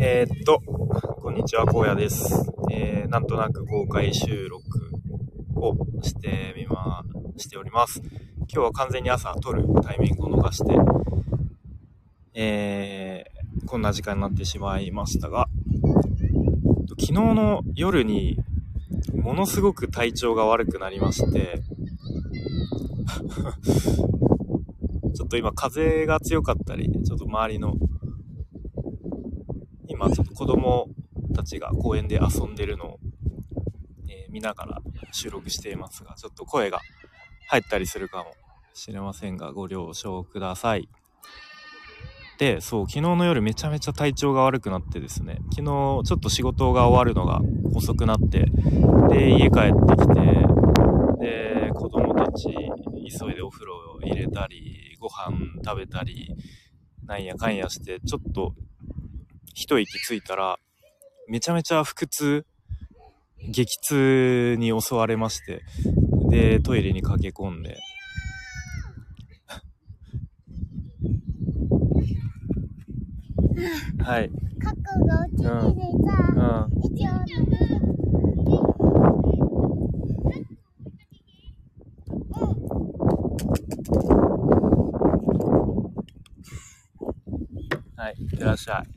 こんにちは、荒野です。なんとなく公開収録をしております。今日は完全に朝撮るタイミングを逃して、こんな時間になってしまいましたが、昨日の夜にものすごく体調が悪くなりまして、ちょっと今風が強かったり、ちょっと周りの今ちょっと子供たちが公園で遊んでるのを、見ながら収録していますが、ちょっと声が入ったりするかもしれませんがご了承ください。で、そう昨日の夜めちゃめちゃ体調が悪くなってですね、昨日ちょっと仕事が終わるのが遅くなって、で家帰ってきて、で子供たち急いでお風呂を入れたりご飯食べたりなんやかんやして、ちょっと一息ついたらめちゃめちゃ激痛に襲われまして、でトイレに駆け込んではい。 過去が落ちてさ、一応はい、いってらっしゃい。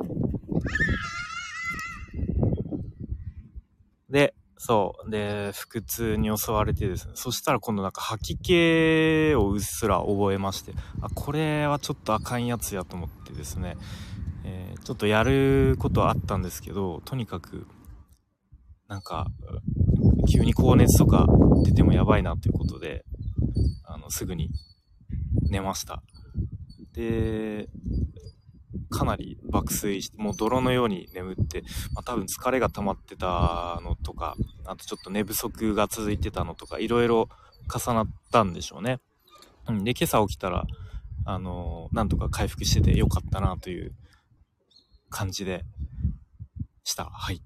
で、そうで腹痛に襲われてですね、そしたら今度なんか吐き気をうっすら覚えまして、これはちょっとあかんやつやと思ってですね、ちょっとやることはあったんですけど、とにかくなんか急に高熱とか出てもやばいなということで、すぐに寝ました。でかなり爆睡して、もう泥のように眠って、多分疲れが溜まってたのとか、あとちょっと寝不足が続いてたのとか、いろいろ重なったんでしょうね。で今朝起きたらなんとか回復しててよかったなという感じでした。はい。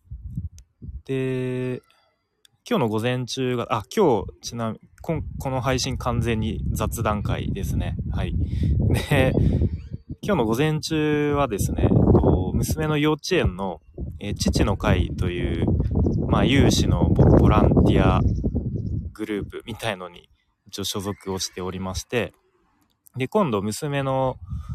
で今日の午前中が今日ちなみにこの配信完全に雑談会ですね。はい。で今日の午前中はですね、娘の幼稚園の、父の会という、有志のボランティアグループみたいのに一応所属をしておりまして、で今度娘の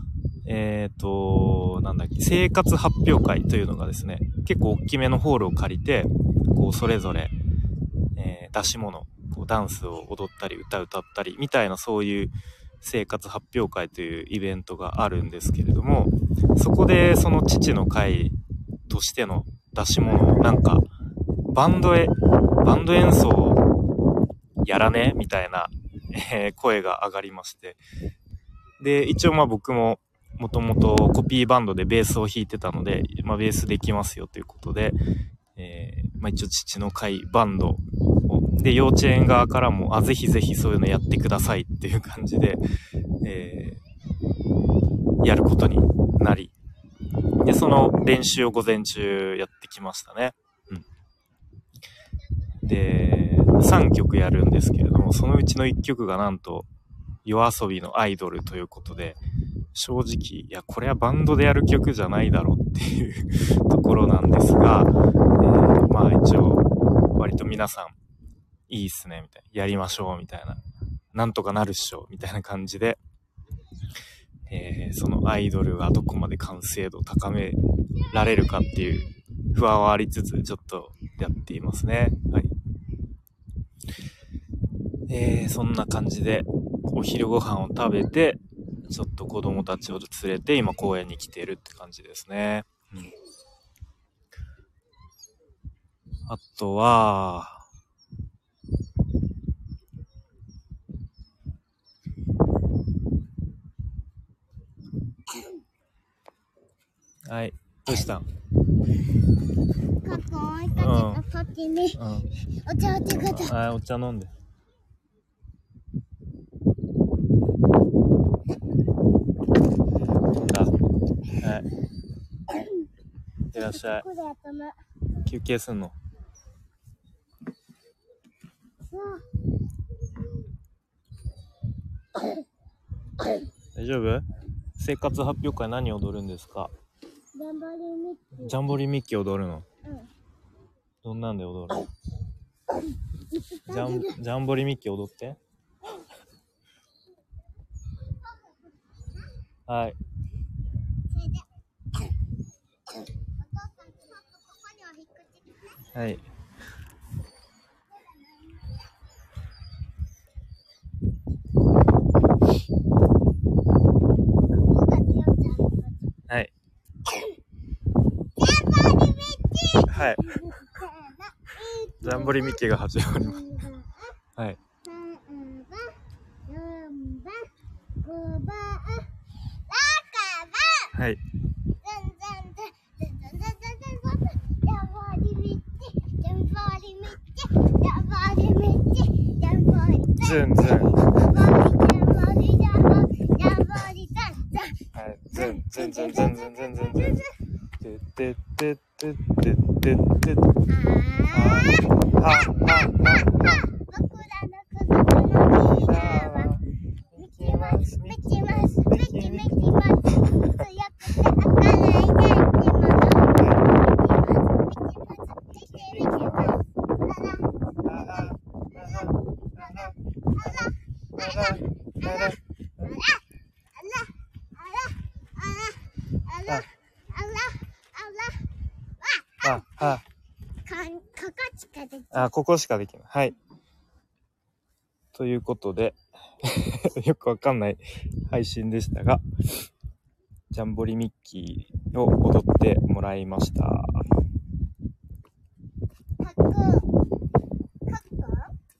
生活発表会というのがですね、結構大きめのホールを借りて、こうそれぞれ、出し物、こうダンスを踊ったり歌ったりみたいな、そういう生活発表会というイベントがあるんですけれども、そこでその父の会としての出し物をなんかバンド演奏をやらねみたいな、声が上がりまして、で一応僕ももともとコピーバンドでベースを弾いてたので、ベースできますよということで、一応父の会バンドで幼稚園側からもぜひぜひそういうのやってくださいっていう感じで、やることになり、でその練習を午前中やってきましたね。で3曲やるんですけれども、そのうちの1曲がなんと夜遊びのアイドルということで、正直これはバンドでやる曲じゃないだろうっていうところなんですが、一応割と皆さんいいっすねみたいな、やりましょうみたいな、なんとかなるっしょみたいな感じで、そのアイドルがどこまで完成度を高められるかっていう不安はありつつ、ちょっとやっていますね。はい。そんな感じでお昼ご飯を食べて、ちょっと子供たちを連れて今公園に来ているって感じですね。あとははい、どうしたん？ 過去追いかけた時に、お茶ください。 お茶飲んで。はい。いってらっしゃい。休憩すんの？大丈夫？生活発表会何踊るんですか？ ジャンボリミッキー。 ジャンボリミッキー踊るの？ うん。 どんなんで踊るの？ジャンボリミッキー踊って。はい。 それで、お父さん、ちょっとここには引っ掛けて。 はい。はい。はい。ジャンボリミッキーが始まります。はい。はい。ズンズン。はい。ズンズンズンズンズンズンズンズン。てってってってってってって。ははは。 僕らの家族のリーダーはミキマスミキマスミキミキマス強くて明るい元気者。 ここしかできない。はい。ということで、よくわかんない配信でしたが、ジャンボリミッキーを踊ってもらいました。